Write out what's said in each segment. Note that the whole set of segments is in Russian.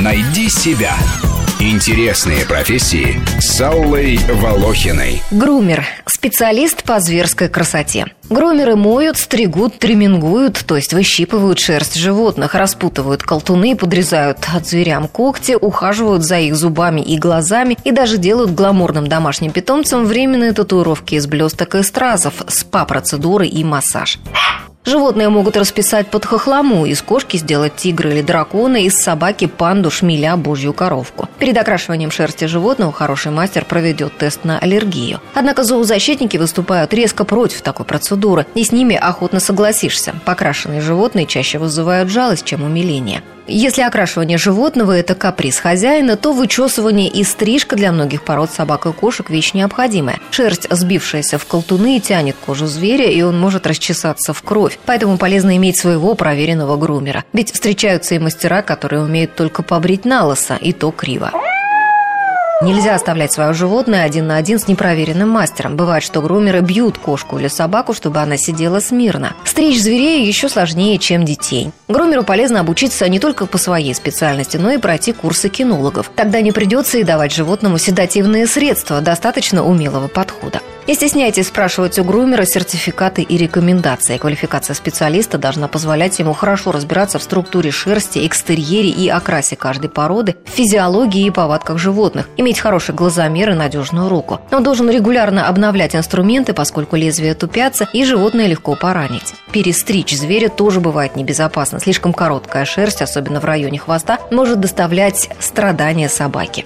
Найди себя. Интересные профессии с Аллой Волохиной. Грумер – специалист по зверской красоте. Грумеры моют, стригут, тримингуют, то есть выщипывают шерсть животных, распутывают колтуны, подрезают от зверям когти, ухаживают за их зубами и глазами и даже делают гламурным домашним питомцам временные татуировки из блесток и стразов, спа-процедуры и массаж. Животные могут расписать под хохлому, из кошки сделать тигра или дракона, из собаки панду, шмеля, божью коровку. Перед окрашиванием шерсти животного хороший мастер проведет тест на аллергию. Однако зоозащитники выступают резко против такой процедуры, и с ними охотно согласишься. Покрашенные животные чаще вызывают жалость, чем умиление. Если окрашивание животного – это каприз хозяина, то вычесывание и стрижка для многих пород собак и кошек – вещь необходимая. Шерсть, сбившаяся в колтуны, тянет кожу зверя, и он может расчесаться в кровь. Поэтому полезно иметь своего проверенного грумера. Ведь встречаются и мастера, которые умеют только побрить на лысо, и то криво. Нельзя оставлять свое животное один на один с непроверенным мастером. Бывает, что грумеры бьют кошку или собаку, чтобы она сидела смирно. Стричь зверей еще сложнее, чем детей. Грумеру полезно обучиться не только по своей специальности, но и пройти курсы кинологов. Тогда не придется и давать животному седативные средства, достаточно умелого подхода. Не стесняйтесь спрашивать у грумера сертификаты и рекомендации. Квалификация специалиста должна позволять ему хорошо разбираться в структуре шерсти, экстерьере и окрасе каждой породы, в физиологии и повадках животных, иметь хороший глазомер и надежную руку. Он должен регулярно обновлять инструменты, поскольку лезвия тупятся и животное легко поранить. Перестричь зверя тоже бывает небезопасно. Слишком короткая шерсть, особенно в районе хвоста, может доставлять страдания собаке.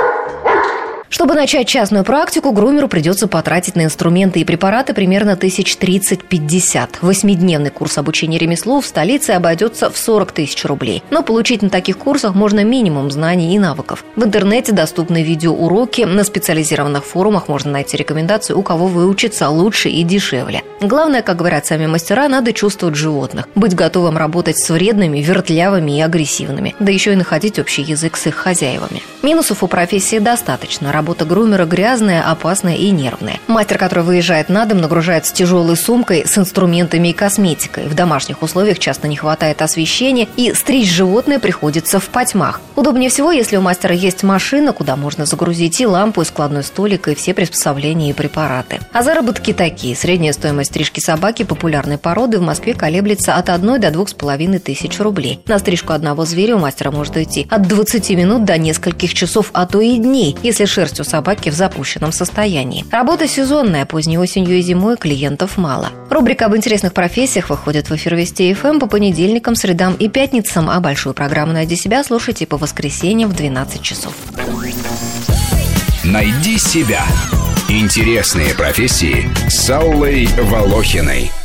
Чтобы начать частную практику, грумеру придется потратить на инструменты и препараты примерно 30-50. 8-дневный курс обучения ремеслу в столице обойдется в 40 тысяч рублей. Но получить на таких курсах можно минимум знаний и навыков. В интернете доступны видеоуроки, на специализированных форумах можно найти рекомендации, у кого выучиться лучше и дешевле. Главное, как говорят сами мастера, надо чувствовать животных, быть готовым работать с вредными, вертлявыми и агрессивными, да еще и находить общий язык с их хозяевами. Минусов у профессии достаточно. Работа грумера грязная, опасная и нервная. Мастер, который выезжает на дом, нагружается тяжелой сумкой с инструментами и косметикой. В домашних условиях часто не хватает освещения, и стричь животное приходится в потьмах. Удобнее всего, если у мастера есть машина, куда можно загрузить и лампу, и складной столик, и все приспособления и препараты. А заработки такие. Средняя стоимость стрижки собаки популярной породы в Москве колеблется от 1 до 2,5 тысяч рублей. На стрижку одного зверя у мастера может уйти от 20 минут до нескольких часов, а то и дней, если шерсть у собаки в запущенном состоянии. Работа сезонная, поздней осенью и зимой клиентов мало. Рубрика об интересных профессиях выходит в эфир Вести ФМ по понедельникам, средам и пятницам, а большую программу «Найди себя» слушайте по воскресеньям в 12 часов. Найди себя. Интересные профессии с Аллой Волохиной.